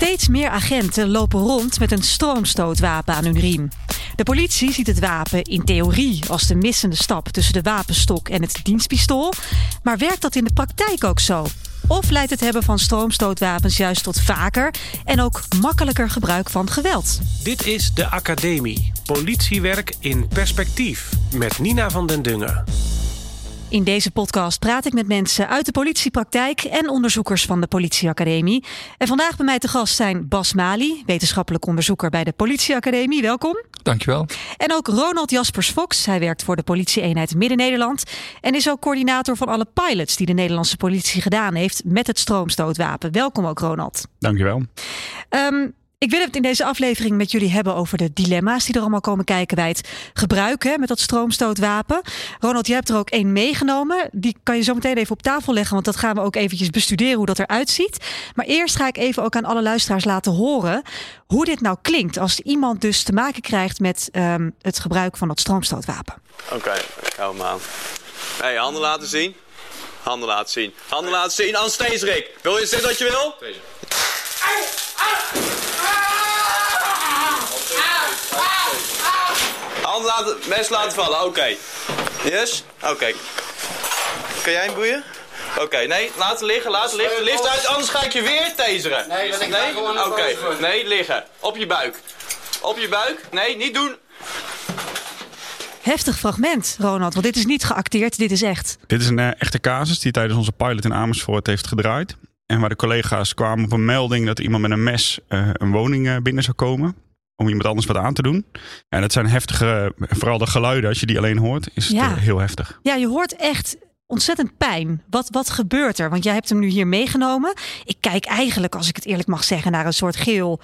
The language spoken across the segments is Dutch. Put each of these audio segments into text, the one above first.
Steeds meer agenten lopen rond met een stroomstootwapen aan hun riem. De politie ziet het wapen in theorie als de missende stap tussen de wapenstok en het dienstpistool. Maar werkt dat in de praktijk ook zo? Of leidt het hebben van stroomstootwapens juist tot vaker en ook makkelijker gebruik van geweld? Dit is de Academie. Politiewerk in perspectief. Met Nina van den Dungen. In deze podcast praat ik met mensen uit de politiepraktijk en onderzoekers van de Politieacademie. En vandaag bij mij te gast zijn Bas Mali, wetenschappelijk onderzoeker bij de Politieacademie. Welkom. Dankjewel. En ook Ronald Jaspers-Fox. Hij werkt voor de politie-eenheid Midden-Nederland. En is ook coördinator van alle pilots die de Nederlandse politie gedaan heeft met het stroomstootwapen. Welkom ook, Ronald. Dankjewel. Ik wil het in deze aflevering met jullie hebben over de dilemma's die er allemaal komen kijken bij het gebruiken met dat stroomstootwapen. Ronald, jij hebt er ook één meegenomen. Die kan je zo meteen even op tafel leggen, want dat gaan we ook eventjes bestuderen hoe dat eruit ziet. Maar eerst ga ik even ook aan alle luisteraars laten horen hoe dit nou klinkt als iemand dus te maken krijgt met het gebruik van dat stroomstootwapen. Oké, ik hou hem aan. Hey, handen laten zien. Handen laten zien. Handen laten zien. Anders taser ik. Wil je zeggen wat je wil? Taser. Handen laten, mes laten vallen, oké. Yes? Oké. Kan jij hem boeien? Oké, nee, laten liggen. Lift uit, anders ga ik je weer taseren. Nee? Oké, nee, liggen. Op je buik. Op je buik. Nee, niet doen. Heftig fragment, Ronald, want dit is niet geacteerd, dit is echt. Dit is een echte casus die tijdens onze pilot in Amersfoort heeft gedraaid. En waar de collega's kwamen op een melding dat iemand met een mes een woning binnen zou komen. Om iemand anders wat aan te doen. En dat zijn heftige, vooral de geluiden, als je die alleen hoort, is het heel heftig. Ja, je hoort echt ontzettend pijn. Wat gebeurt er? Want jij hebt hem nu hier meegenomen. Ik kijk eigenlijk, als ik het eerlijk mag zeggen, naar een soort geel,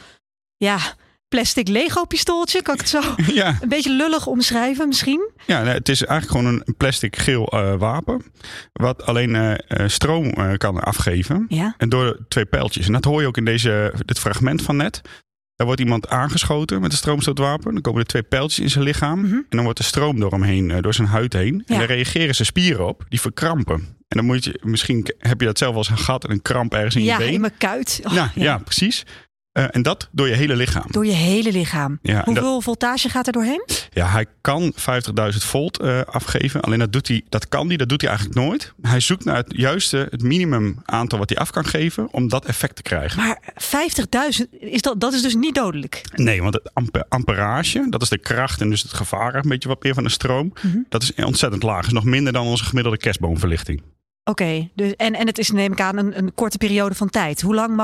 plastic Lego-pistooltje. Kan ik het zo een beetje lullig omschrijven misschien? Ja, het is eigenlijk gewoon een plastic geel wapen. Wat alleen stroom kan afgeven. Ja. En door 2 pijltjes. En dat hoor je ook in dit fragment van net. Daar wordt iemand aangeschoten met een stroomstootwapen. Dan komen er 2 pijltjes in zijn lichaam. Mm-hmm. En dan wordt de stroom door hem heen, door zijn huid heen. Ja. En daar reageren zijn spieren op. Die verkrampen. En dan moet je, misschien heb je dat zelf wel eens een gat en een kramp ergens in je been. Ja, in mijn kuit. Ja, precies. En dat door je hele lichaam. Door je hele lichaam. Ja, hoeveel voltage gaat er doorheen? Ja, hij kan 50.000 volt afgeven. Alleen dat doet hij eigenlijk nooit. Hij zoekt naar het minimum aantal wat hij af kan geven om dat effect te krijgen. Maar 50.000, dat is dus niet dodelijk? Nee, want het amperage, dat is de kracht en dus het gevaar een beetje wat meer van de stroom. Mm-hmm. Dat is ontzettend laag. Dat is nog minder dan onze gemiddelde kerstboomverlichting. Oké, dus en het is, neem ik aan, een korte periode van tijd. Hoe lang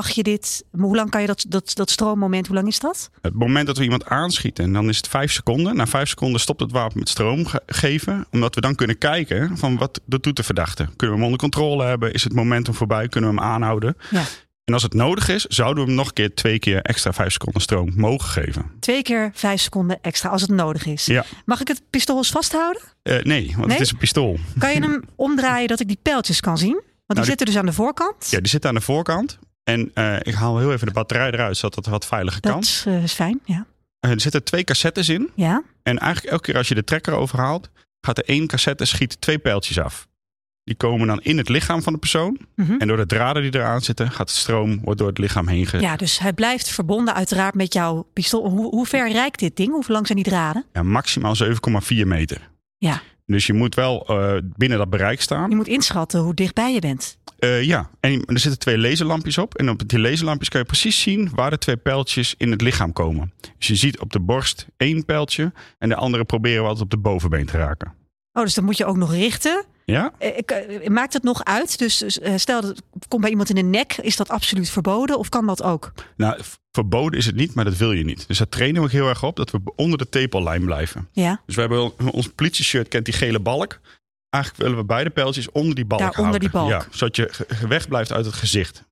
kan je dat stroommoment, hoe lang is dat? Het moment dat we iemand aanschieten, dan is het 5 seconden. Na 5 seconden stopt het wapen met stroom geven. Omdat we dan kunnen kijken van wat doet de verdachte. Kunnen we hem onder controle hebben? Is het momentum voorbij? Kunnen we hem aanhouden? Ja. En als het nodig is, zouden we hem nog een keer 2 keer extra 5 seconden stroom mogen geven. 2 keer 5 seconden extra als het nodig is. Ja. Mag ik het pistool eens vasthouden? Nee, want het is een pistool. Kan je hem omdraaien dat ik die pijltjes kan zien? Want die zitten dus aan de voorkant. Ja, die zitten aan de voorkant. En ik haal heel even de batterij eruit, zodat het wat veiliger kan. Dat is fijn, ja. Er zitten 2 cassettes in. Ja. En eigenlijk elke keer als je de trekker overhaalt, gaat er 1 cassette schiet 2 pijltjes af. Die komen dan in het lichaam van de persoon. Mm-hmm. En door de draden die eraan zitten, wordt door het lichaam heen Ja, dus hij blijft verbonden uiteraard met jouw pistool. Hoe ver reikt dit ding? Hoe lang zijn die draden? Ja, maximaal 7,4 meter. Ja. Dus je moet wel binnen dat bereik staan. Je moet inschatten hoe dichtbij je bent. Ja, en er zitten 2 laserlampjes op. En op die laserlampjes kan je precies zien waar de 2 pijltjes in het lichaam komen. Dus je ziet op de borst 1 pijltje. En de andere proberen we altijd op de bovenbeen te raken. Oh, dus dan moet je ook nog richten. Ja? Maakt het nog uit? Dus stel dat het komt bij iemand in de nek. Is dat absoluut verboden of kan dat ook? Nou, verboden is het niet, maar dat wil je niet. Dus daar trainen we ook heel erg op dat we onder de tepellijn blijven. Ja. Dus we hebben ons politieshirt, kent die gele balk. Eigenlijk willen we beide pijltjes onder die balk houden. Onder die balk. Ja, zodat je weg blijft uit het gezicht.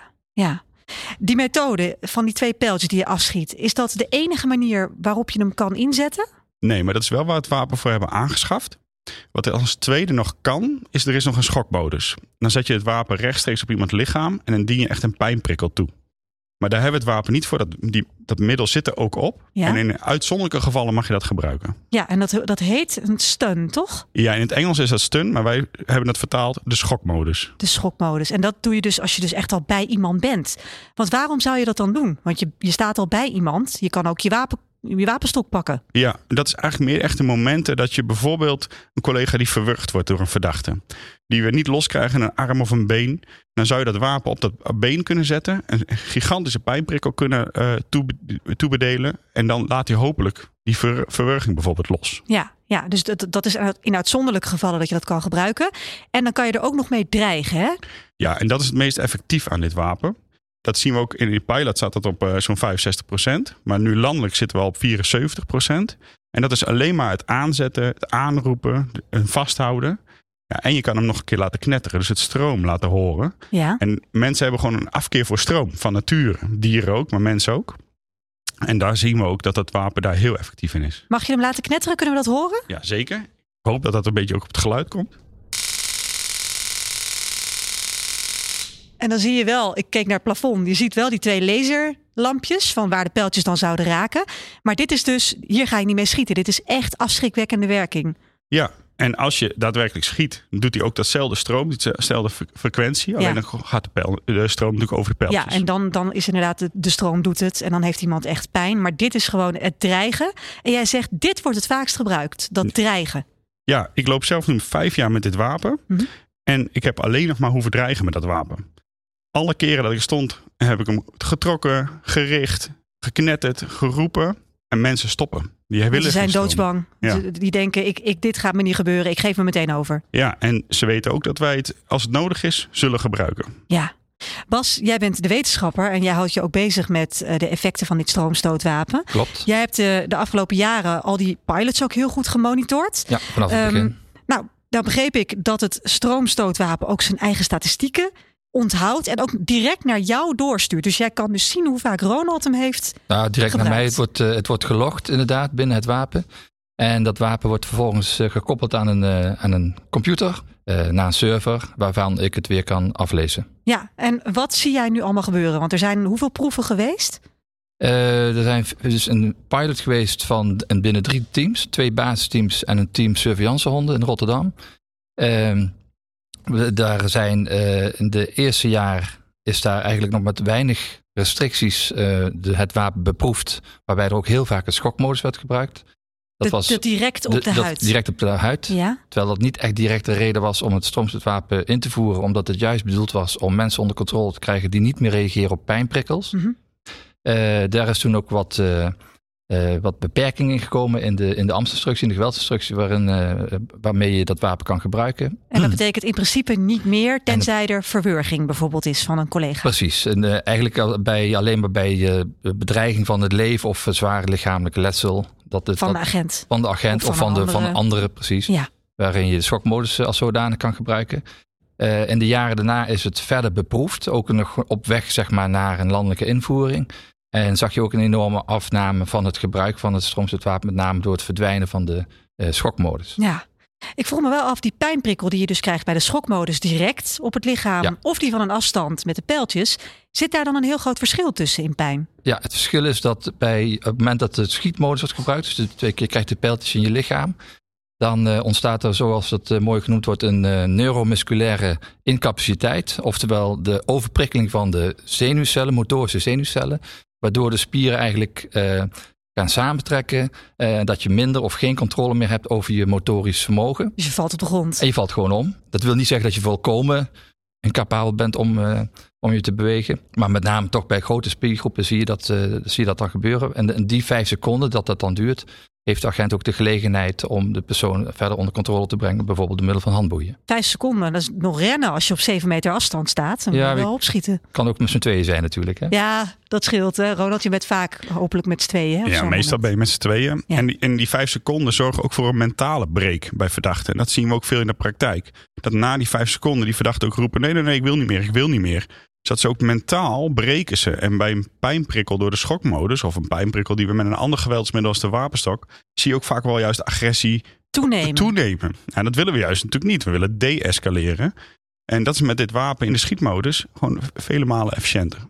Ja. Die methode van die 2 pijltjes die je afschiet, is dat de enige manier waarop je hem kan inzetten? Nee, maar dat is wel waar we het wapen voor hebben aangeschaft. Wat er als tweede nog kan, is er is nog een schokmodus. Dan zet je het wapen rechtstreeks op iemands lichaam en dan dien je echt een pijnprikkel toe. Maar daar hebben we het wapen niet voor. Dat middel zit er ook op. Ja. En in uitzonderlijke gevallen mag je dat gebruiken. Ja, en dat heet een stun, toch? Ja, in het Engels is dat stun, maar wij hebben het vertaald de schokmodus. De schokmodus. En dat doe je dus als je dus echt al bij iemand bent. Want waarom zou je dat dan doen? Want je staat al bij iemand. Je kan ook je wapenstok pakken. Ja, dat is eigenlijk meer echte momenten dat je bijvoorbeeld een collega die verwurgd wordt door een verdachte. Die we niet loskrijgen, een arm of een been. Dan zou je dat wapen op dat been kunnen zetten. Een gigantische pijnprikkel kunnen toebedelen. En dan laat hij hopelijk die verwurging bijvoorbeeld los. Ja, dus dat is in uitzonderlijke gevallen dat je dat kan gebruiken. En dan kan je er ook nog mee dreigen, hè? Ja, en dat is het meest effectief aan dit wapen. Dat zien we ook in de pilot, staat dat op zo'n 65%. Maar nu landelijk zitten we al op 74%. En dat is alleen maar het aanzetten, het aanroepen, en vasthouden. Ja, en je kan hem nog een keer laten knetteren, dus het stroom laten horen. Ja. En mensen hebben gewoon een afkeer voor stroom, van nature. Dieren ook, maar mensen ook. En daar zien we ook dat dat wapen daar heel effectief in is. Mag je hem laten knetteren? Kunnen we dat horen? Ja, zeker. Ik hoop dat dat een beetje ook op het geluid komt. En dan zie je wel, ik keek naar het plafond. Je ziet wel die 2 laserlampjes van waar de pijltjes dan zouden raken. Maar dit is dus, hier ga je niet mee schieten. Dit is echt afschrikwekkende werking. Ja, en als je daadwerkelijk schiet, doet hij ook datzelfde stroom, dezelfde frequentie. Alleen dan gaat de stroom natuurlijk over de pijltjes. Ja, en dan is inderdaad de stroom doet het. En dan heeft iemand echt pijn. Maar dit is gewoon het dreigen. En jij zegt, dit wordt het vaakst gebruikt. Dat dreigen. Ja, ik loop zelf nu 5 jaar met dit wapen. Mm-hmm. En ik heb alleen nog maar hoeven dreigen met dat wapen. Alle keren dat ik stond, heb ik hem getrokken, gericht, geknetterd, geroepen. En mensen stoppen. Ze zijn doodsbang. Ja. Die denken, dit gaat me niet gebeuren. Ik geef me meteen over. Ja, en ze weten ook dat wij het, als het nodig is, zullen gebruiken. Ja. Bas, jij bent de wetenschapper en jij houdt je ook bezig met de effecten van dit stroomstootwapen. Klopt. Jij hebt de afgelopen jaren al die pilots ook heel goed gemonitord. Ja, vanaf het begin. Nou, dan begreep ik dat het stroomstootwapen ook zijn eigen statistieken onthoudt en ook direct naar jou doorstuurt. Dus jij kan dus zien hoe vaak Ronald hem heeft direct gebruikt. Naar mij. Het wordt gelogd inderdaad binnen het wapen. En dat wapen wordt vervolgens gekoppeld aan een computer, naar een server, waarvan ik het weer kan aflezen. Ja, en wat zie jij nu allemaal gebeuren? Want er zijn hoeveel proeven geweest? Er zijn dus een pilot geweest van binnen 3 teams. 2 basisteams en een team surveillancehonden in Rotterdam. Daar zijn in de eerste jaar is daar eigenlijk nog met weinig restricties het wapen beproefd. Waarbij er ook heel vaak een schokmodus werd gebruikt. Dat was direct op de huid. Direct op de huid. Ja? Terwijl dat niet echt direct de reden was om het stroomstootwapen in te voeren. Omdat het juist bedoeld was om mensen onder controle te krijgen die niet meer reageren op pijnprikkels. Mm-hmm. Daar is toen ook wat beperkingen gekomen in de ambtsinstructie, in de geweldsinstructie, waarmee je dat wapen kan gebruiken. En dat betekent in principe niet meer, tenzij er verwurging bijvoorbeeld is van een collega. Precies. En eigenlijk alleen maar bij bedreiging van het leven of zware lichamelijke letsel. Van de agent. Van de agent of van de andere, precies. Ja. Waarin je de schokmodus als zodanig kan gebruiken. In de jaren daarna is het verder beproefd. Ook nog op weg zeg maar, naar een landelijke invoering. En zag je ook een enorme afname van het gebruik van het stroomstootwapen, met name door het verdwijnen van de schokmodus. Ja, ik vroeg me wel af, die pijnprikkel die je dus krijgt bij de schokmodus direct op het lichaam, of die van een afstand met de pijltjes, zit daar dan een heel groot verschil tussen in pijn? Ja, het verschil is dat op het moment dat de schietmodus wordt gebruikt, dus 2 keer krijgt de pijltjes in je lichaam, dan ontstaat er, zoals het mooi genoemd wordt, een neuromusculaire incapaciteit. Oftewel de overprikkeling van de zenuwcellen, motorische zenuwcellen, waardoor de spieren eigenlijk gaan samentrekken. Dat je minder of geen controle meer hebt over je motorisch vermogen. Dus je valt op de grond. En je valt gewoon om. Dat wil niet zeggen dat je volkomen incapabel bent om je te bewegen. Maar met name toch bij grote spiergroepen zie je dat dan gebeuren. En die 5 seconden dat dan duurt, heeft de agent ook de gelegenheid om de persoon verder onder controle te brengen. Bijvoorbeeld door middel van handboeien. 5 seconden, dat is nog rennen als je op 7 meter afstand staat. Dan moet je wel opschieten. Kan ook met z'n tweeën zijn natuurlijk. Hè? Ja, dat scheelt. Hè? Ronald, je bent vaak hopelijk met z'n tweeën. Ja, meestal ben je met z'n tweeën. Ja. En die 5 seconden zorgen ook voor een mentale break bij verdachten. En dat zien we ook veel in de praktijk. Dat na die 5 seconden die verdachten ook roepen, nee, ik wil niet meer. Dus dat ze ook mentaal breken ze. En bij een pijnprikkel door de schokmodus, of een pijnprikkel die we met een ander geweldsmiddel als de wapenstok, zie je ook vaak wel juist agressie toenemen. En dat willen we juist natuurlijk niet. We willen de-escaleren. En dat is met dit wapen in de schietmodus gewoon vele malen efficiënter. Ja,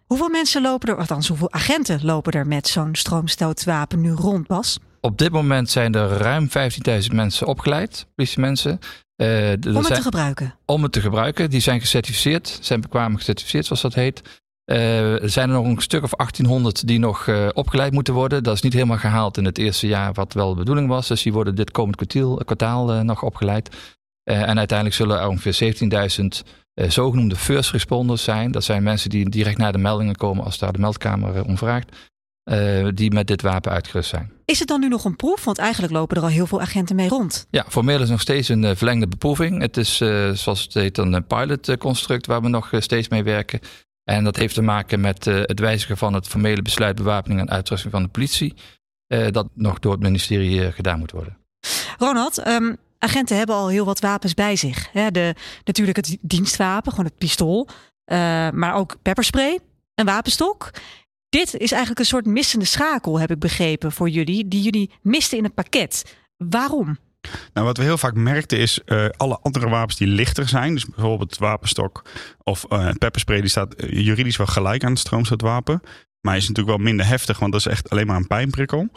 Hoeveel mensen lopen er, althans hoeveel agenten lopen er met zo'n stroomstootwapen nu rond, Bas? Op dit moment zijn er ruim 15.000 mensen opgeleid, politiemensen. Om het te gebruiken? Om het te gebruiken. Die zijn gecertificeerd, zijn bekwaam gecertificeerd zoals dat heet. Er zijn er nog een stuk of 1800 die nog opgeleid moeten worden. Dat is niet helemaal gehaald in het eerste jaar wat wel de bedoeling was. Dus die worden dit komend kwartaal nog opgeleid. En uiteindelijk zullen er ongeveer 17.000 zogenoemde first responders zijn. Dat zijn mensen die direct naar de meldingen komen als daar de meldkamer om vraagt. Die met dit wapen uitgerust zijn. Is het dan nu nog een proef? Want eigenlijk lopen er al heel veel agenten mee rond. Ja, formeel is het nog steeds een verlengde beproeving. Het is, zoals het heet, een pilotconstruct waar we nog steeds mee werken. En dat heeft te maken met het wijzigen van het formele besluit bewapening en uitrusting van de politie. Dat nog door het ministerie gedaan moet worden. Ronald, agenten hebben al heel wat wapens bij zich. Natuurlijk het dienstwapen, gewoon het pistool. Maar ook pepperspray, een wapenstok. Dit is eigenlijk een soort missende schakel, heb ik begrepen, voor jullie. Die jullie misten in het pakket. Waarom? Nou, wat we heel vaak merkten is alle andere wapens die lichter zijn. Dus bijvoorbeeld het wapenstok of pepperspray. Die staat juridisch wel gelijk aan het stroomstootwapen. Maar hij is natuurlijk wel minder heftig, want dat is echt alleen maar een pijnprikkel.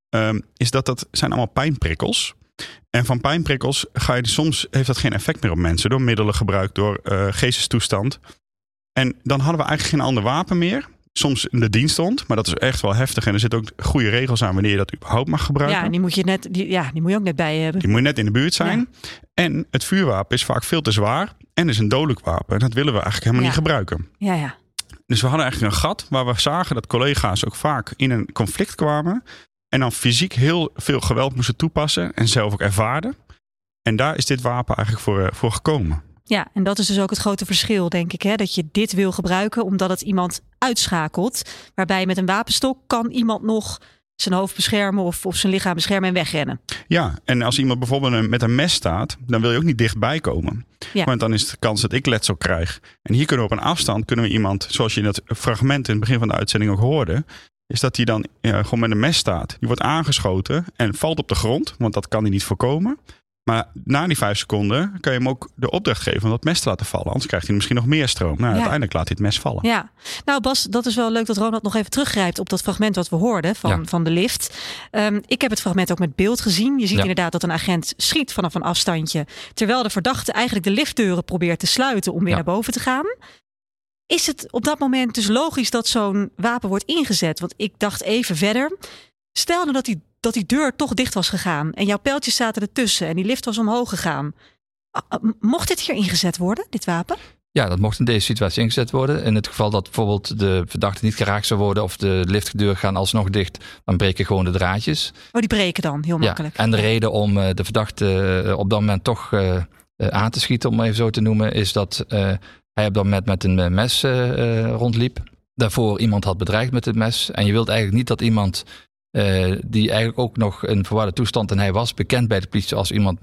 Dat zijn allemaal pijnprikkels. En van pijnprikkels heeft dat geen effect meer op mensen. Door middelen gebruikt, door geestestoestand. En dan hadden we eigenlijk geen ander wapen meer. Soms in de dienst stond, maar dat is echt wel heftig. En er zitten ook goede regels aan wanneer je dat überhaupt mag gebruiken. Ja, die moet je ook net bij hebben. Die moet je net in de buurt zijn. Ja. En het vuurwapen is vaak veel te zwaar en is een dodelijk wapen. En dat willen we eigenlijk helemaal niet gebruiken. Ja. Dus we hadden eigenlijk een gat waar we zagen dat collega's ook vaak in een conflict kwamen. En dan fysiek heel veel geweld moesten toepassen en zelf ook ervaarden. En daar is dit wapen eigenlijk voor gekomen. Ja, en dat is dus ook het grote verschil, denk ik. Dat je dit wil gebruiken omdat het iemand uitschakelt. Waarbij met een wapenstok kan iemand nog zijn hoofd beschermen of zijn lichaam beschermen en wegrennen. Ja, en als iemand bijvoorbeeld met een mes staat, dan wil je ook niet dichtbij komen. Ja. Want dan is de kans dat ik letsel krijg. En hier kunnen we op een afstand iemand, zoals je in dat fragment in het begin van de uitzending ook hoorde, is dat hij dan gewoon met een mes staat. Die wordt aangeschoten en valt op de grond, want dat kan hij niet voorkomen. Maar na die 5 seconden kan je hem ook de opdracht geven om dat mes te laten vallen. Anders krijgt hij misschien nog meer stroom. Uiteindelijk laat hij het mes vallen. Ja, nou Bas, dat is wel leuk dat Ronald nog even teruggrijpt op dat fragment wat we hoorden van de lift. Ik heb het fragment ook met beeld gezien. Je ziet inderdaad dat een agent schiet vanaf een afstandje. Terwijl de verdachte eigenlijk de liftdeuren probeert te sluiten om weer naar boven te gaan. Is het op dat moment dus logisch dat zo'n wapen wordt ingezet? Want ik dacht even verder. Stel nou dat die deur toch dicht was gegaan en jouw pijltjes zaten ertussen en die lift was omhoog gegaan. Mocht dit hier ingezet worden, dit wapen? Ja, dat mocht in deze situatie ingezet worden. In het geval dat bijvoorbeeld de verdachte niet geraakt zou worden of de liftdeur gaan alsnog dicht, dan breken gewoon de draadjes. Oh, die breken dan, heel makkelijk. Ja, en de reden om de verdachte op dat moment toch aan te schieten, om maar even zo te noemen, is dat hij op dat moment met een mes rondliep. Daarvoor iemand had bedreigd met het mes. En je wilt eigenlijk niet dat iemand die eigenlijk ook nog in verwarde toestand, en hij was bekend bij de politie als iemand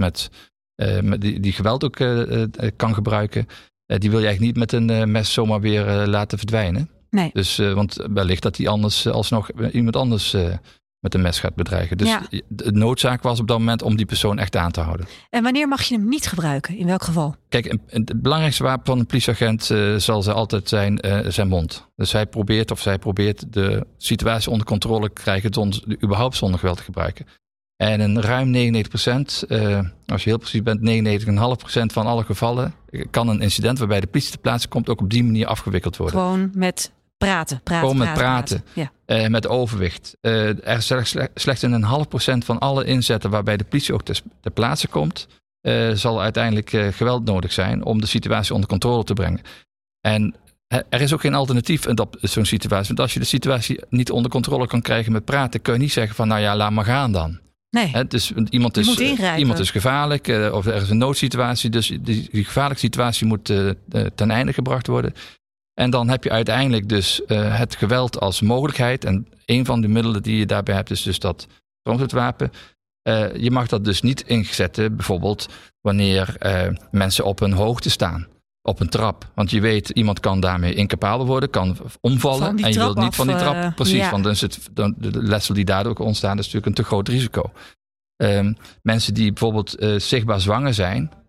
die geweld ook kan gebruiken. Die wil je eigenlijk niet met een mes zomaar weer laten verdwijnen. Nee. Dus, want wellicht dat hij anders alsnog iemand anders met een mes gaat bedreigen. Dus de noodzaak was op dat moment om die persoon echt aan te houden. En wanneer mag je hem niet gebruiken? In welk geval? Kijk, het belangrijkste wapen van een politieagent zal ze altijd zijn zijn mond. Dus zij probeert de situatie onder controle te krijgen überhaupt zonder geweld te gebruiken. En in ruim 99%, als je heel precies bent, 99,5% van alle gevallen kan een incident waarbij de politie ter plaatse komt ook op die manier afgewikkeld worden. Gewoon met praten. Gewoon met praten. Ja. Met overwicht. Er is slechts in 0,5% van alle inzetten waarbij de politie ook ter plaatse komt, zal uiteindelijk geweld nodig zijn om de situatie onder controle te brengen. En er is ook geen alternatief in zo'n situatie. Want als je de situatie niet onder controle kan krijgen met praten, kun je niet zeggen van laat maar gaan dan. Nee. Dus iemand is gevaarlijk of er is een noodsituatie. Dus die gevaarlijke situatie moet ten einde gebracht worden. En dan heb je uiteindelijk dus het geweld als mogelijkheid. En een van de middelen die je daarbij hebt is dus dat stroomstootwapen. Je mag dat dus niet inzetten bijvoorbeeld wanneer mensen op een hoogte staan. Op een trap. Want je weet, iemand kan daarmee incapabel worden, kan omvallen. En je wilt niet van die trap. Precies, want dan de letsel die daardoor ook ontstaan is natuurlijk een te groot risico. Mensen die bijvoorbeeld zichtbaar zwanger zijn,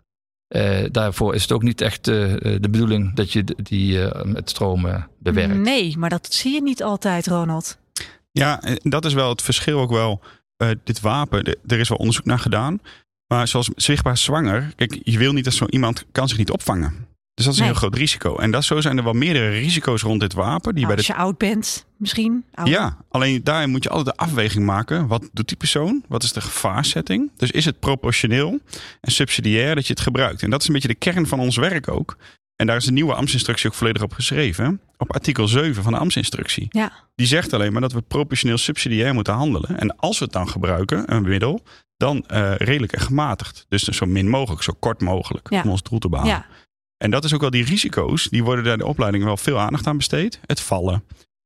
Daarvoor is het ook niet echt de bedoeling dat je met stroom bewerkt. Nee, maar dat zie je niet altijd, Ronald. Ja, dat is wel het verschil ook wel. Dit wapen, er is wel onderzoek naar gedaan. Maar zoals zichtbaar zwanger, kijk, je wil niet dat zo iemand kan zich niet opvangen. Dus dat is een heel groot risico. En zo zijn er wel meerdere risico's rond dit wapen. Als je oud bent, misschien. Ouder. Ja, alleen daar moet je altijd de afweging maken. Wat doet die persoon? Wat is de gevaarsetting? Dus is het proportioneel en subsidiair dat je het gebruikt? En dat is een beetje de kern van ons werk ook. En daar is de nieuwe ambtsinstructie ook volledig op geschreven. Op artikel 7 van de ambtsinstructie. Ja. Die zegt alleen maar dat we proportioneel subsidiair moeten handelen. En als we het dan gebruiken, een middel, dan redelijk en gematigd. Dus zo min mogelijk, zo kort mogelijk om ons doel te behalen. Ja. En dat is ook wel die risico's. Die worden daar in de opleiding wel veel aandacht aan besteed. Het vallen,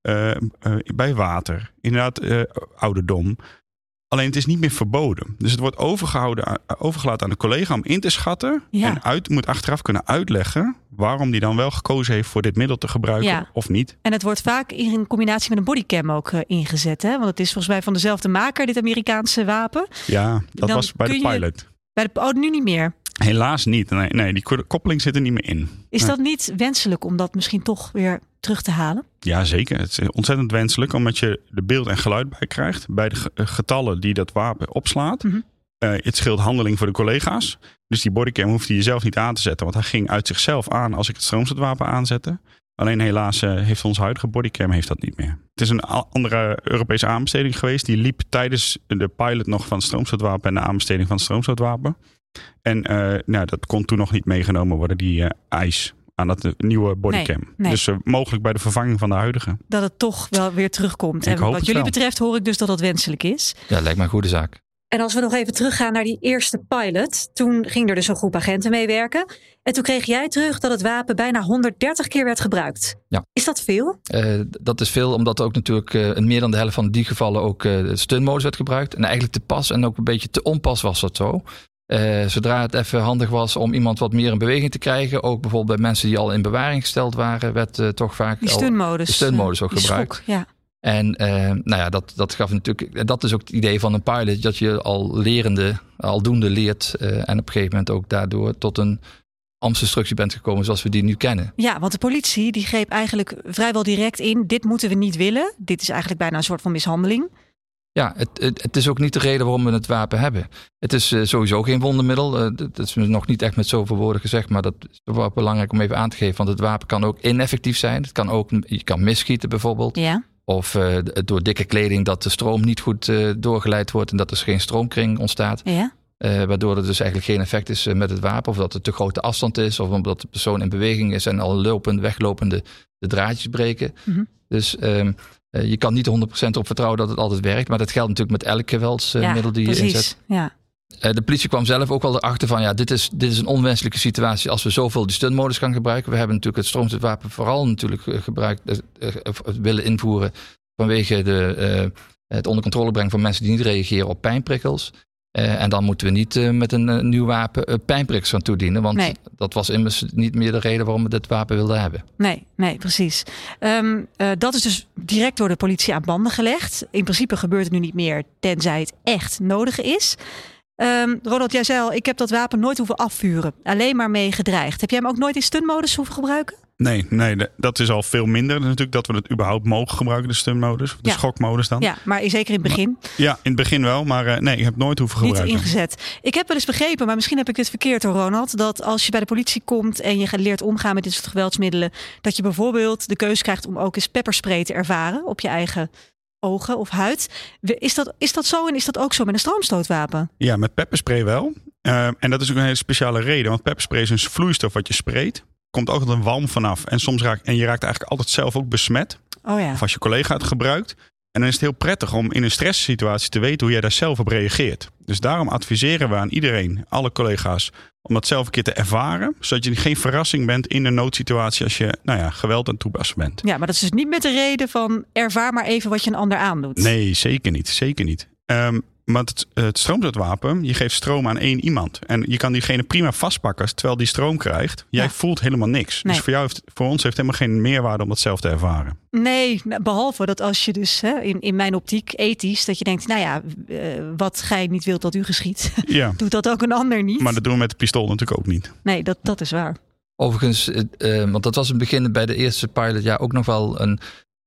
bij water, inderdaad ouderdom. Alleen het is niet meer verboden. Dus het wordt overgelaten aan de collega om in te schatten. Ja. En moet achteraf kunnen uitleggen waarom die dan wel gekozen heeft voor dit middel te gebruiken of niet. En het wordt vaak in combinatie met een bodycam ook ingezet. Hè? Want het is volgens mij van dezelfde maker, dit Amerikaanse wapen. Ja, dat was bij de pilot. Nu niet meer? Helaas niet. Nee, die koppeling zit er niet meer in. Is dat niet wenselijk om dat misschien toch weer terug te halen? Ja, zeker. Het is ontzettend wenselijk omdat je er beeld en geluid bij krijgt. Bij de getallen die dat wapen opslaat. Mm-hmm. Het scheelt handeling voor de collega's. Dus die bodycam hoeft hij jezelf niet aan te zetten. Want hij ging uit zichzelf aan als ik het stroomstootwapen aanzette. Alleen helaas heeft onze huidige bodycam dat niet meer. Het is een andere Europese aanbesteding geweest. Die liep tijdens de pilot nog van het stroomstootwapen en de aanbesteding van het stroomstootwapen. En dat kon toen nog niet meegenomen worden, die eis aan dat nieuwe bodycam. Nee. Dus mogelijk bij de vervanging van de huidige. Dat het toch wel weer terugkomt. En wat jullie betreft hoor ik dus dat dat wenselijk is. Ja, lijkt me een goede zaak. En als we nog even teruggaan naar die eerste pilot. Toen ging er dus een groep agenten meewerken. En toen kreeg jij terug dat het wapen bijna 130 keer werd gebruikt. Ja. Is dat veel? Dat is veel, omdat ook natuurlijk in meer dan de helft van die gevallen ook de stunmodus werd gebruikt. En eigenlijk te pas en ook een beetje te onpas was dat zo. Zodra het even handig was om iemand wat meer in beweging te krijgen. Ook bijvoorbeeld bij mensen die al in bewaring gesteld waren. Werd toch vaak de stunmodus ook gebruikt. Schok, ja. En dat gaf natuurlijk. Dat is ook het idee van een pilot. Dat je aldoende leert. En op een gegeven moment ook daardoor tot een ambtsinstructie bent gekomen zoals we die nu kennen. Ja, want de politie die greep eigenlijk vrijwel direct in. Dit moeten we niet willen. Dit is eigenlijk bijna een soort van mishandeling. Ja, het is ook niet de reden waarom we het wapen hebben. Het is sowieso geen wondermiddel. Dat is nog niet echt met zoveel woorden gezegd, maar dat is wel belangrijk om even aan te geven. Want het wapen kan ook ineffectief zijn. Je kan misschieten bijvoorbeeld. Ja. Of door dikke kleding dat de stroom niet goed doorgeleid wordt en dat er geen stroomkring ontstaat. Ja. Waardoor er dus eigenlijk geen effect is met het wapen. Of dat het te grote afstand is. Of omdat de persoon in beweging is en al weglopende de draadjes breken. Mm-hmm. Dus je kan niet 100% op vertrouwen dat het altijd werkt. Maar dat geldt natuurlijk met elk geweldsmiddel die je inzet. Ja. De politie kwam zelf ook wel erachter van dit is een onwenselijke situatie als we zoveel die stunmodus gaan gebruiken. We hebben natuurlijk het stroomstootwapen vooral natuurlijk willen invoeren vanwege het onder controle brengen van mensen die niet reageren op pijnprikkels. En dan moeten we niet met een nieuw wapen pijnprikkels gaan toedienen. Want dat was immers niet meer de reden waarom we dit wapen wilden hebben. Nee, precies. Dat is dus direct door de politie aan banden gelegd. In principe gebeurt het nu niet meer tenzij het echt nodig is. Ronald, jij zei al, ik heb dat wapen nooit hoeven afvuren. Alleen maar mee gedreigd. Heb jij hem ook nooit in stunmodus hoeven gebruiken? Nee, dat is al veel minder natuurlijk dat we het überhaupt mogen gebruiken, de stunmodus. De schokmodus dan. Ja, maar zeker in het begin. Ja, in het begin wel, maar nee, ik heb nooit hoeven gebruiken. Niet ingezet. Ik heb wel eens begrepen, maar misschien heb ik dit verkeerd hoor, Ronald, dat als je bij de politie komt en je leert omgaan met dit soort geweldsmiddelen, dat je bijvoorbeeld de keuze krijgt om ook eens pepperspray te ervaren op je eigen ogen of huid. Is dat zo en is dat ook zo met een stroomstootwapen? Ja, met pepperspray wel. En dat is ook een hele speciale reden, want pepperspray is een vloeistof wat je spreekt. Komt ook altijd een walm vanaf. En je raakt eigenlijk altijd zelf ook besmet. Oh ja. Of als je collega het gebruikt. En dan is het heel prettig om in een stresssituatie te weten hoe jij daar zelf op reageert. Dus daarom adviseren we aan iedereen, alle collega's, om dat zelf een keer te ervaren. Zodat je geen verrassing bent in een noodsituatie als je geweld aan het toepassen bent. Ja, maar dat is dus niet met de reden van ervaar maar even wat je een ander aandoet. Nee, zeker niet. Zeker niet. Maar het stroomstootwapen, je geeft stroom aan 1 iemand. En je kan diegene prima vastpakken terwijl die stroom krijgt. Jij voelt helemaal niks. Nee. Dus voor ons heeft helemaal geen meerwaarde om dat zelf te ervaren. Nee, behalve dat als je dus in mijn optiek ethisch, dat je denkt, nou ja, wat gij niet wilt dat u geschiet, doet dat ook een ander niet. Maar dat doen we met de pistool natuurlijk ook niet. Nee, dat is waar. Overigens, want dat was in het begin bij de eerste pilot ook nog wel een,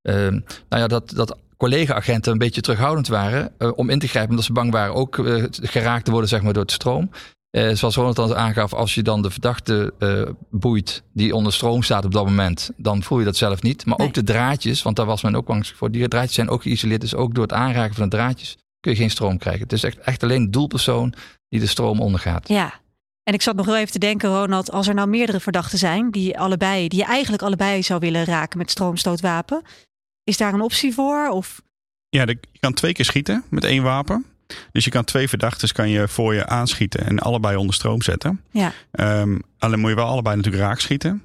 dat collega-agenten een beetje terughoudend waren om in te grijpen, omdat ze bang waren ook geraakt te worden, zeg maar, door de stroom. Zoals Ronald al aangaf, als je dan de verdachte boeit die onder stroom staat op dat moment, dan voel je dat zelf niet. Maar ook de draadjes, want daar was men ook bang voor. Die draadjes zijn ook geïsoleerd, dus ook door het aanraken van de draadjes kun je geen stroom krijgen. Het is echt alleen de doelpersoon die de stroom ondergaat. Ja. En ik zat nog wel even te denken, Ronald, als er nou meerdere verdachten zijn die je eigenlijk allebei zou willen raken met stroomstootwapen, is daar een optie voor? Of? Ja, je kan 2 keer schieten met 1 wapen. Dus je kan 2 verdachten voor je aanschieten en allebei onder stroom zetten. Ja. Alleen moet je wel allebei natuurlijk raak schieten.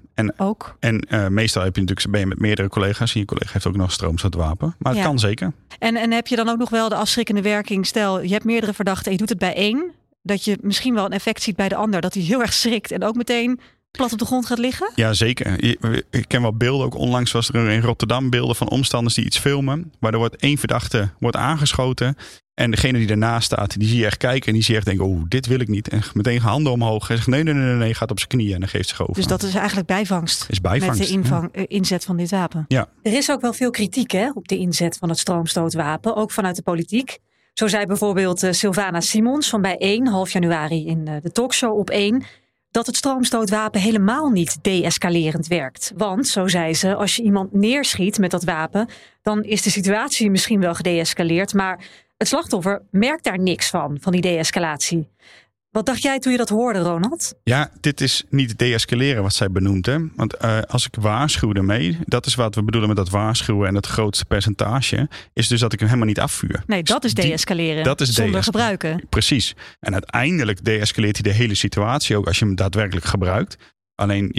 En meestal ben je met meerdere collega's. En je collega heeft ook nog een stroomstootwapen. Maar het kan zeker. En heb je dan ook nog wel de afschrikkende werking? Stel, je hebt meerdere verdachten en je doet het bij 1. Dat je misschien wel een effect ziet bij de ander. Dat hij heel erg schrikt en ook meteen plat op de grond gaat liggen? Ja, zeker. Ik ken wel beelden. Ook onlangs was er in Rotterdam beelden van omstanders die iets filmen. Waar er wordt 1 verdachte aangeschoten. En degene die daarnaast staat, die zie je echt kijken. En die zie je echt denken, dit wil ik niet. En meteen handen omhoog. En zegt nee. Gaat op zijn knieën en dan geeft zich over. Dus dat is eigenlijk bijvangst. Met de inzet van dit wapen. Ja. Er is ook wel veel kritiek op de inzet van het stroomstootwapen. Ook vanuit de politiek. Zo zei bijvoorbeeld Sylvana Simons van Bij1 half januari in de talkshow op 1... dat het stroomstootwapen helemaal niet de-escalerend werkt. Want, zo zei ze, als je iemand neerschiet met dat wapen, dan is de situatie misschien wel gedeescaleerd, maar het slachtoffer merkt daar niks van die de-escalatie. Wat dacht jij toen je dat hoorde, Ronald? Ja, dit is niet de-escaleren wat zij benoemt. Hè? Want als ik waarschuw ermee, dat is wat we bedoelen met dat waarschuwen en het grootste percentage, is dus dat ik hem helemaal niet afvuur. Nee, dat is de-escaleren. Zonder gebruiken. Precies. En uiteindelijk de-escaleert hij de hele situatie ook als je hem daadwerkelijk gebruikt. Alleen,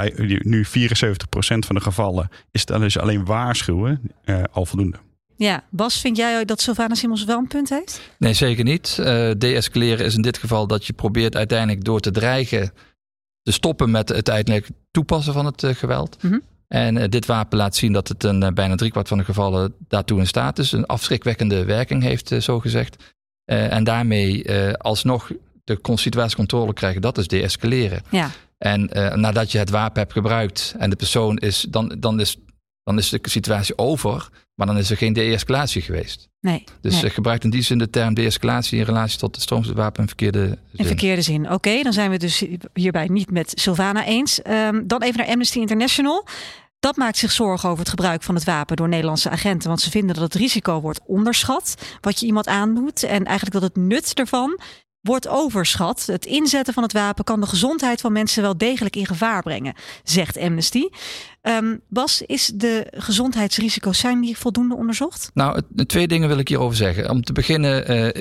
nu 74% van de gevallen is dan dus alleen waarschuwen al voldoende. Ja, Bas, vind jij dat Sylvana Simons wel een punt heeft? Nee, zeker niet. De-escaleren is in dit geval dat je probeert uiteindelijk door te dreigen te stoppen met het uiteindelijk toepassen van het geweld. Mm-hmm. En dit wapen laat zien dat het bijna 3/4 van de gevallen daartoe in staat is. Een afschrikwekkende werking heeft, zo gezegd. En daarmee alsnog de situatiecontrole krijgen, dat is de-escaleren. Ja. En nadat je het wapen hebt gebruikt en de persoon is, dan is de situatie over. Maar dan is er geen de-escalatie geweest. Nee. Dus gebruikt in die zin de term de-escalatie in relatie tot het stroomstootwapen in verkeerde zin. Oké, dan zijn we dus hierbij niet met Sylvana eens. Dan even naar Amnesty International. Dat maakt zich zorgen over het gebruik van het wapen door Nederlandse agenten. Want ze vinden dat het risico wordt onderschat. Wat je iemand aandoet. En eigenlijk dat het nut ervan wordt overschat. Het inzetten van het wapen kan de gezondheid van mensen wel degelijk in gevaar brengen, zegt Amnesty. Bas, is de gezondheidsrisico's, zijn die voldoende onderzocht? Nou, 2 dingen wil ik hierover zeggen. Om te beginnen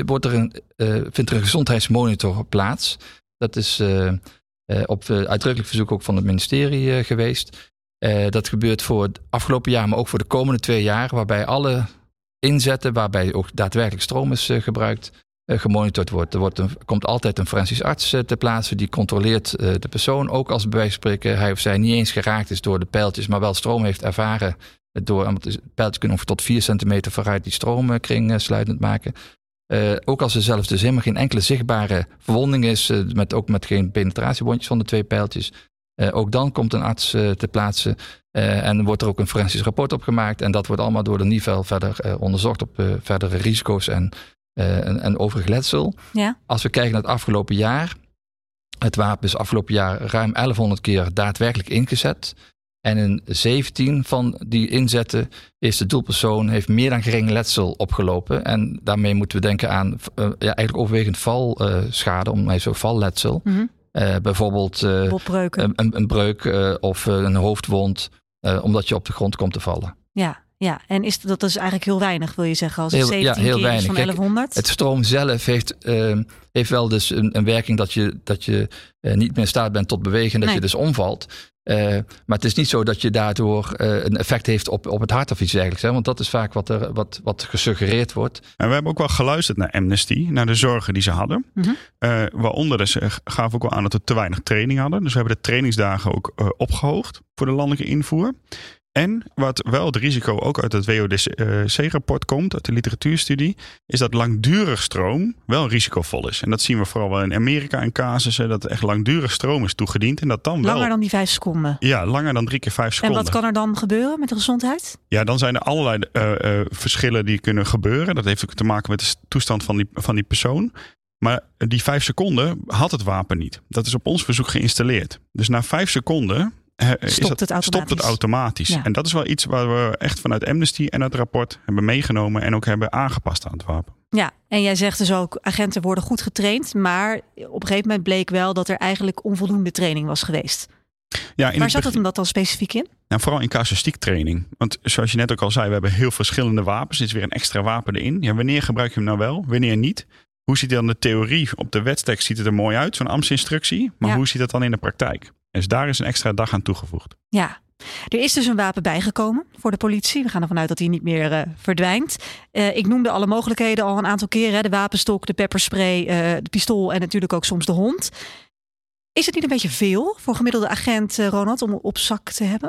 vindt er een gezondheidsmonitor plaats. Dat is op uitdrukkelijk verzoek ook van het ministerie geweest. Dat gebeurt voor het afgelopen jaar, maar ook voor de komende 2 jaar, waarbij alle inzetten, waarbij ook daadwerkelijk stroom is gebruikt, gemonitord wordt. Er komt altijd een forensisch arts ter plaatse die controleert de persoon. Ook als bij wijze van spreken hij of zij niet eens geraakt is door de pijltjes, maar wel stroom heeft ervaren. Want de pijltjes kunnen ongeveer tot 4 centimeter vooruit die stroomkring sluitend maken. Ook als er zelfs dus helemaal geen enkele zichtbare verwonding is, ook met geen penetratiewondjes van de 2 pijltjes. Ook dan komt een arts ter plaatse en wordt er ook een forensisch rapport op gemaakt. En dat wordt allemaal door de NIVEL verder onderzocht op verdere risico's en overig letsel. Ja. Als we kijken naar het afgelopen jaar. Het wapen is afgelopen jaar ruim 1100 keer daadwerkelijk ingezet. En in 17 van die inzetten is de doelpersoon heeft meer dan gering letsel opgelopen. En daarmee moeten we denken aan eigenlijk overwegend valschade, om zo valletsel. Mm-hmm. Bijvoorbeeld een breuk of een hoofdwond, omdat je op de grond komt te vallen. Ja, en dat is eigenlijk heel weinig, wil je zeggen, als het 17 keer weinig is van 1100? Het stroom zelf heeft wel dus een werking dat je niet meer in staat bent tot bewegen, dat je dus omvalt. Maar het is niet zo dat je daardoor een effect heeft op het hart of iets dergelijks. Hè? Want dat is vaak wat gesuggereerd wordt. En we hebben ook wel geluisterd naar Amnesty, naar de zorgen die ze hadden. Mm-hmm. Waaronder ze gaven ook wel aan dat we te weinig training hadden. Dus we hebben de trainingsdagen ook opgehoogd voor de landelijke invoer. En wat wel het risico ook uit het WODC-rapport komt, uit de literatuurstudie, is dat langdurig stroom wel risicovol is. En dat zien we vooral wel in Amerika in casussen, dat echt langdurig stroom is toegediend. En dat dan wel... Langer dan die 5 seconden? Ja, langer dan 3 keer 5 seconden. En wat kan er dan gebeuren met de gezondheid? Ja, dan zijn er allerlei verschillen die kunnen gebeuren. Dat heeft ook te maken met de toestand van die persoon. Maar die 5 seconden had het wapen niet. Dat is op ons verzoek geïnstalleerd. Dus na 5 seconden... stopt het automatisch. Ja. En dat is wel iets waar we echt vanuit Amnesty en het rapport hebben meegenomen en ook hebben aangepast aan het wapen. Ja, en jij zegt dus ook, agenten worden goed getraind, maar op een gegeven moment bleek wel dat er eigenlijk onvoldoende training was geweest. Ja, waar zat het hem dat dan specifiek in? Nou, vooral in casuïstiek training. Want zoals je net ook al zei, we hebben heel verschillende wapens. Er is weer een extra wapen erin. Ja, wanneer gebruik je hem nou wel, wanneer niet? Hoe ziet dan de theorie op de wetstekst? Ziet het er mooi uit, zo'n ambtsinstructie. Maar hoe ziet het dan in de praktijk? Dus daar is een extra dag aan toegevoegd. Ja, er is dus een wapen bijgekomen voor de politie. We gaan ervan uit dat hij niet meer verdwijnt. Ik noemde alle mogelijkheden al een aantal keren. De wapenstok, de pepperspray, de pistool en natuurlijk ook soms de hond. Is het niet een beetje veel voor gemiddelde agent, Ronald, om op zak te hebben?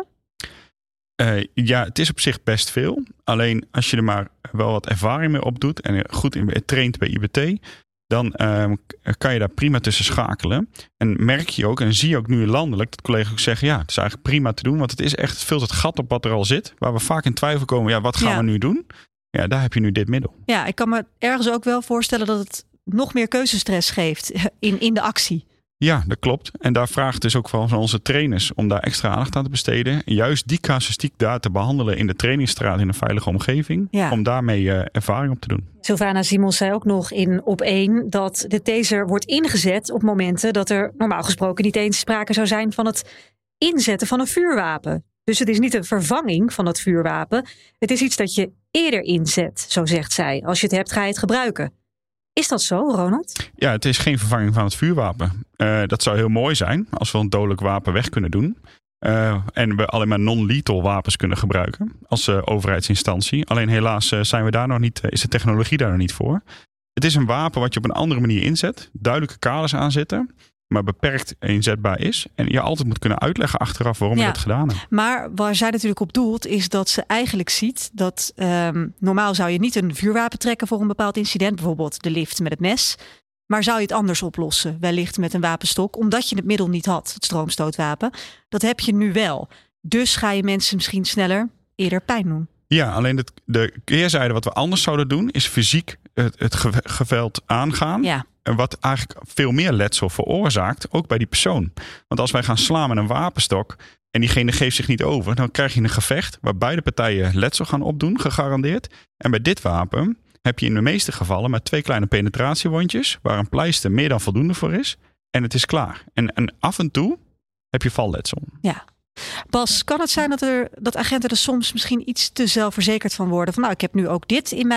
Ja, het is op zich best veel. Alleen als je er maar wel wat ervaring mee opdoet en goed in traint bij IBT... dan kan je daar prima tussen schakelen. En merk je ook en zie je ook nu landelijk dat collega's ook zeggen... ja, het is eigenlijk prima te doen, want het is echt, het vult het gat op wat er al zit. Waar we vaak in twijfel komen, ja, wat gaan we nu doen? Ja, daar heb je nu dit middel. Ja, ik kan me ergens ook wel voorstellen dat het nog meer keuzestress geeft in de actie. Ja, dat klopt. En daar vraagt dus ook van onze trainers om daar extra aandacht aan te besteden. Juist die casuïstiek daar te behandelen in de trainingsstraat in een veilige omgeving. Ja. Om daarmee ervaring op te doen. Sylvana Simons zei ook nog in Op1 dat de taser wordt ingezet op momenten dat er normaal gesproken niet eens sprake zou zijn van het inzetten van een vuurwapen. Dus het is niet een vervanging van het vuurwapen. Het is iets dat je eerder inzet, zo zegt zij. Als je het hebt, ga je het gebruiken. Is dat zo, Ronald? Ja, het is geen vervanging van het vuurwapen. Dat zou heel mooi zijn als we een dodelijk wapen weg kunnen doen. En we alleen maar non-lethal wapens kunnen gebruiken als overheidsinstantie. Alleen helaas zijn we daar nog niet, is de technologie daar nog niet voor. Het is een wapen wat je op een andere manier inzet. Duidelijke kaders aanzetten. Maar beperkt inzetbaar is. En je altijd moet kunnen uitleggen achteraf waarom je dat gedaan hebt. Maar waar zij natuurlijk op doelt is dat ze eigenlijk ziet dat normaal zou je niet een vuurwapen trekken voor een bepaald incident. Bijvoorbeeld de lift met het mes. Maar zou je het anders oplossen? Wellicht met een wapenstok. Omdat je het middel niet had, het stroomstootwapen. Dat heb je nu wel. Dus ga je mensen misschien sneller eerder pijn doen. Ja, alleen de keerzijde wat we anders zouden doen is fysiek het geweld aangaan. Ja. Wat eigenlijk veel meer letsel veroorzaakt, ook bij die persoon. Want als wij gaan slaan met een wapenstok en diegene geeft zich niet over, dan krijg je een gevecht waar beide partijen letsel gaan opdoen, gegarandeerd. En bij dit wapen heb je in de meeste gevallen maar 2 kleine penetratiewondjes, waar een pleister meer dan voldoende voor is. En het is klaar. En af en toe heb je valletsel. Ja. Bas, kan het zijn dat agenten er soms misschien iets te zelfverzekerd van worden? Van nou, ik heb nu ook dit in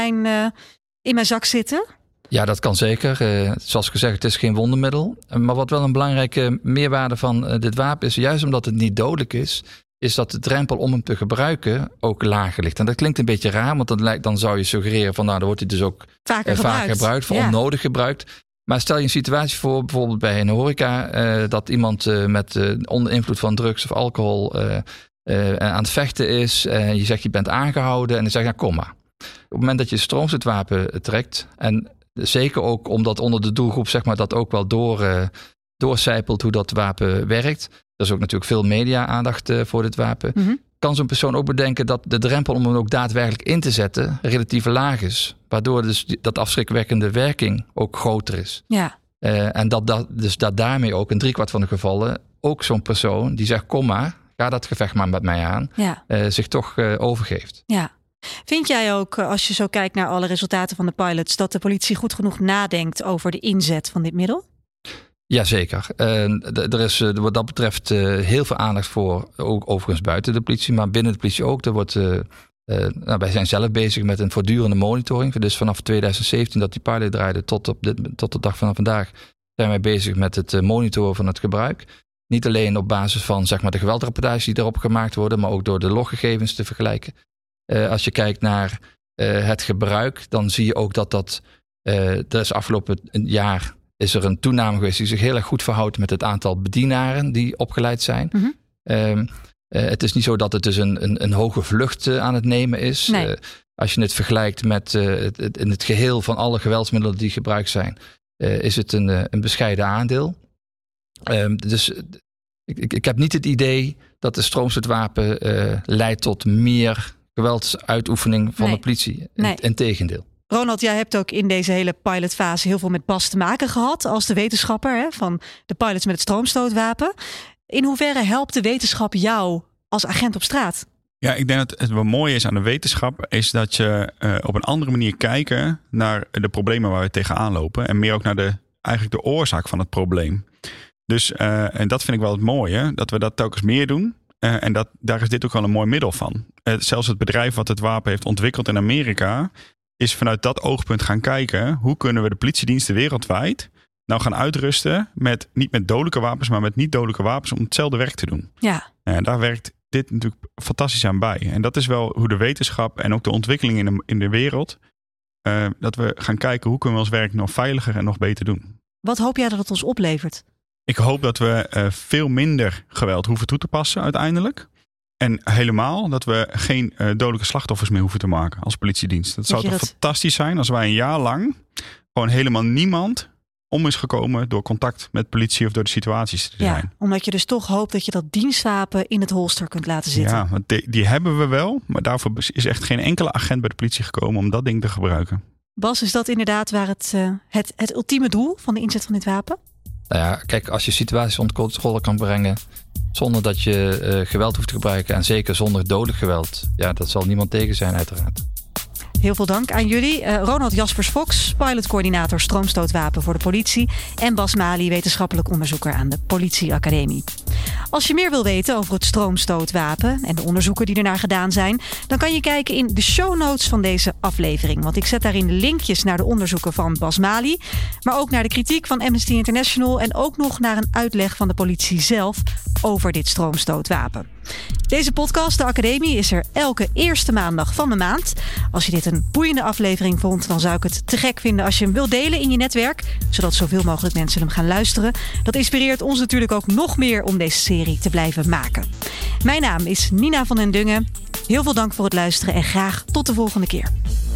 mijn zak zitten. Ja, dat kan zeker. Zoals gezegd, het is geen wondermiddel. Maar wat wel een belangrijke meerwaarde van dit wapen is, juist omdat het niet dodelijk is dat de drempel om hem te gebruiken ook lager ligt. En dat klinkt een beetje raar, want dan zou je suggereren van nou, dan wordt hij dus ook vaker gebruikt, voor onnodig gebruikt. Maar stel je een situatie voor, bijvoorbeeld bij een horeca, dat iemand onder invloed van drugs of alcohol aan het vechten is. Je zegt je bent aangehouden en dan zeg je kom maar. Op het moment dat je een stroomstootwapen trekt, en zeker ook omdat onder de doelgroep zeg maar, dat ook wel doorcijpelt hoe dat wapen werkt. Er is ook natuurlijk veel media-aandacht voor dit wapen. Mm-hmm. Kan zo'n persoon ook bedenken dat de drempel om hem ook daadwerkelijk in te zetten relatief laag is. Waardoor dus dat afschrikwekkende werking ook groter is. Ja. En dat daarmee ook in 3/4 van de gevallen ook zo'n persoon die zegt kom maar, ga dat gevecht maar met mij aan, zich toch overgeeft. Ja. Vind jij ook, als je zo kijkt naar alle resultaten van de pilots, dat de politie goed genoeg nadenkt over de inzet van dit middel? Jazeker. Er is wat dat betreft heel veel aandacht voor, ook overigens buiten de politie, maar binnen de politie ook. Wij zijn zelf bezig met een voortdurende monitoring. Dus vanaf 2017 dat die pilot draaide tot de dag van vandaag zijn wij bezig met het monitoren van het gebruik. Niet alleen op basis van zeg maar, de geweldrapportages die erop gemaakt worden, maar ook door de loggegevens te vergelijken. Als je kijkt naar het gebruik, dan zie je ook dat is afgelopen jaar is er een toename geweest die zich heel erg goed verhoudt met het aantal bedienaren die opgeleid zijn. Mm-hmm. Het is niet zo dat het dus een hoge vlucht aan het nemen is. Nee. Als je het vergelijkt met in het geheel van alle geweldsmiddelen die gebruikt zijn, is het een bescheiden aandeel. Dus ik heb niet het idee dat de stroomstootwapen leidt tot meer geweldsuitoefening van de politie. Integendeel. Ronald, jij hebt ook in deze hele pilotfase heel veel met Bas te maken gehad als de wetenschapper van de pilots met het stroomstootwapen. In hoeverre helpt de wetenschap jou als agent op straat? Ja, ik denk dat het wat mooi is aan de wetenschap is dat je op een andere manier kijken naar de problemen waar we tegenaan lopen. En meer ook naar eigenlijk de oorzaak van het probleem. Dus en dat vind ik wel het mooie, dat we dat telkens meer doen. En daar is dit ook wel een mooi middel van. Zelfs het bedrijf wat het wapen heeft ontwikkeld in Amerika is vanuit dat oogpunt gaan kijken, hoe kunnen we de politiediensten wereldwijd nou gaan uitrusten niet met dodelijke wapens, maar met niet-dodelijke wapens om hetzelfde werk te doen. Ja. En daar werkt dit natuurlijk fantastisch aan bij. En dat is wel hoe de wetenschap en ook de ontwikkeling in de wereld, dat we gaan kijken hoe kunnen we ons werk nog veiliger en nog beter doen. Wat hoop jij dat het ons oplevert? Ik hoop dat we veel minder geweld hoeven toe te passen uiteindelijk. En helemaal dat we geen dodelijke slachtoffers meer hoeven te maken als politiedienst. Dat zou toch fantastisch zijn als wij een jaar lang gewoon helemaal niemand om is gekomen door contact met politie of door de situaties te zijn. Ja, omdat je dus toch hoopt dat je dat dienstwapen in het holster kunt laten zitten. Ja, want die hebben we wel. Maar daarvoor is echt geen enkele agent bij de politie gekomen om dat ding te gebruiken. Bas, is dat inderdaad waar het ultieme doel van de inzet van dit wapen? Nou ja, kijk, als je situaties onder controle kan brengen zonder dat je geweld hoeft te gebruiken en zeker zonder dodelijk geweld, ja, dat zal niemand tegen zijn uiteraard. Heel veel dank aan jullie. Ronald Jaspers-Fox, pilotcoördinator stroomstootwapen voor de politie. En Bas Mali, wetenschappelijk onderzoeker aan de Politieacademie. Als je meer wil weten over het stroomstootwapen en de onderzoeken die ernaar gedaan zijn, dan kan je kijken in de show notes van deze aflevering. Want ik zet daarin de linkjes naar de onderzoeken van Bas Mali, maar ook naar de kritiek van Amnesty International en ook nog naar een uitleg van de politie zelf over dit stroomstootwapen. Deze podcast, de Academie, is er elke eerste maandag van de maand. Als je dit een boeiende aflevering vond, dan zou ik het te gek vinden als je hem wilt delen in je netwerk, zodat zoveel mogelijk mensen hem gaan luisteren. Dat inspireert ons natuurlijk ook nog meer om deze serie te blijven maken. Mijn naam is Nina van den Dungen. Heel veel dank voor het luisteren en graag tot de volgende keer.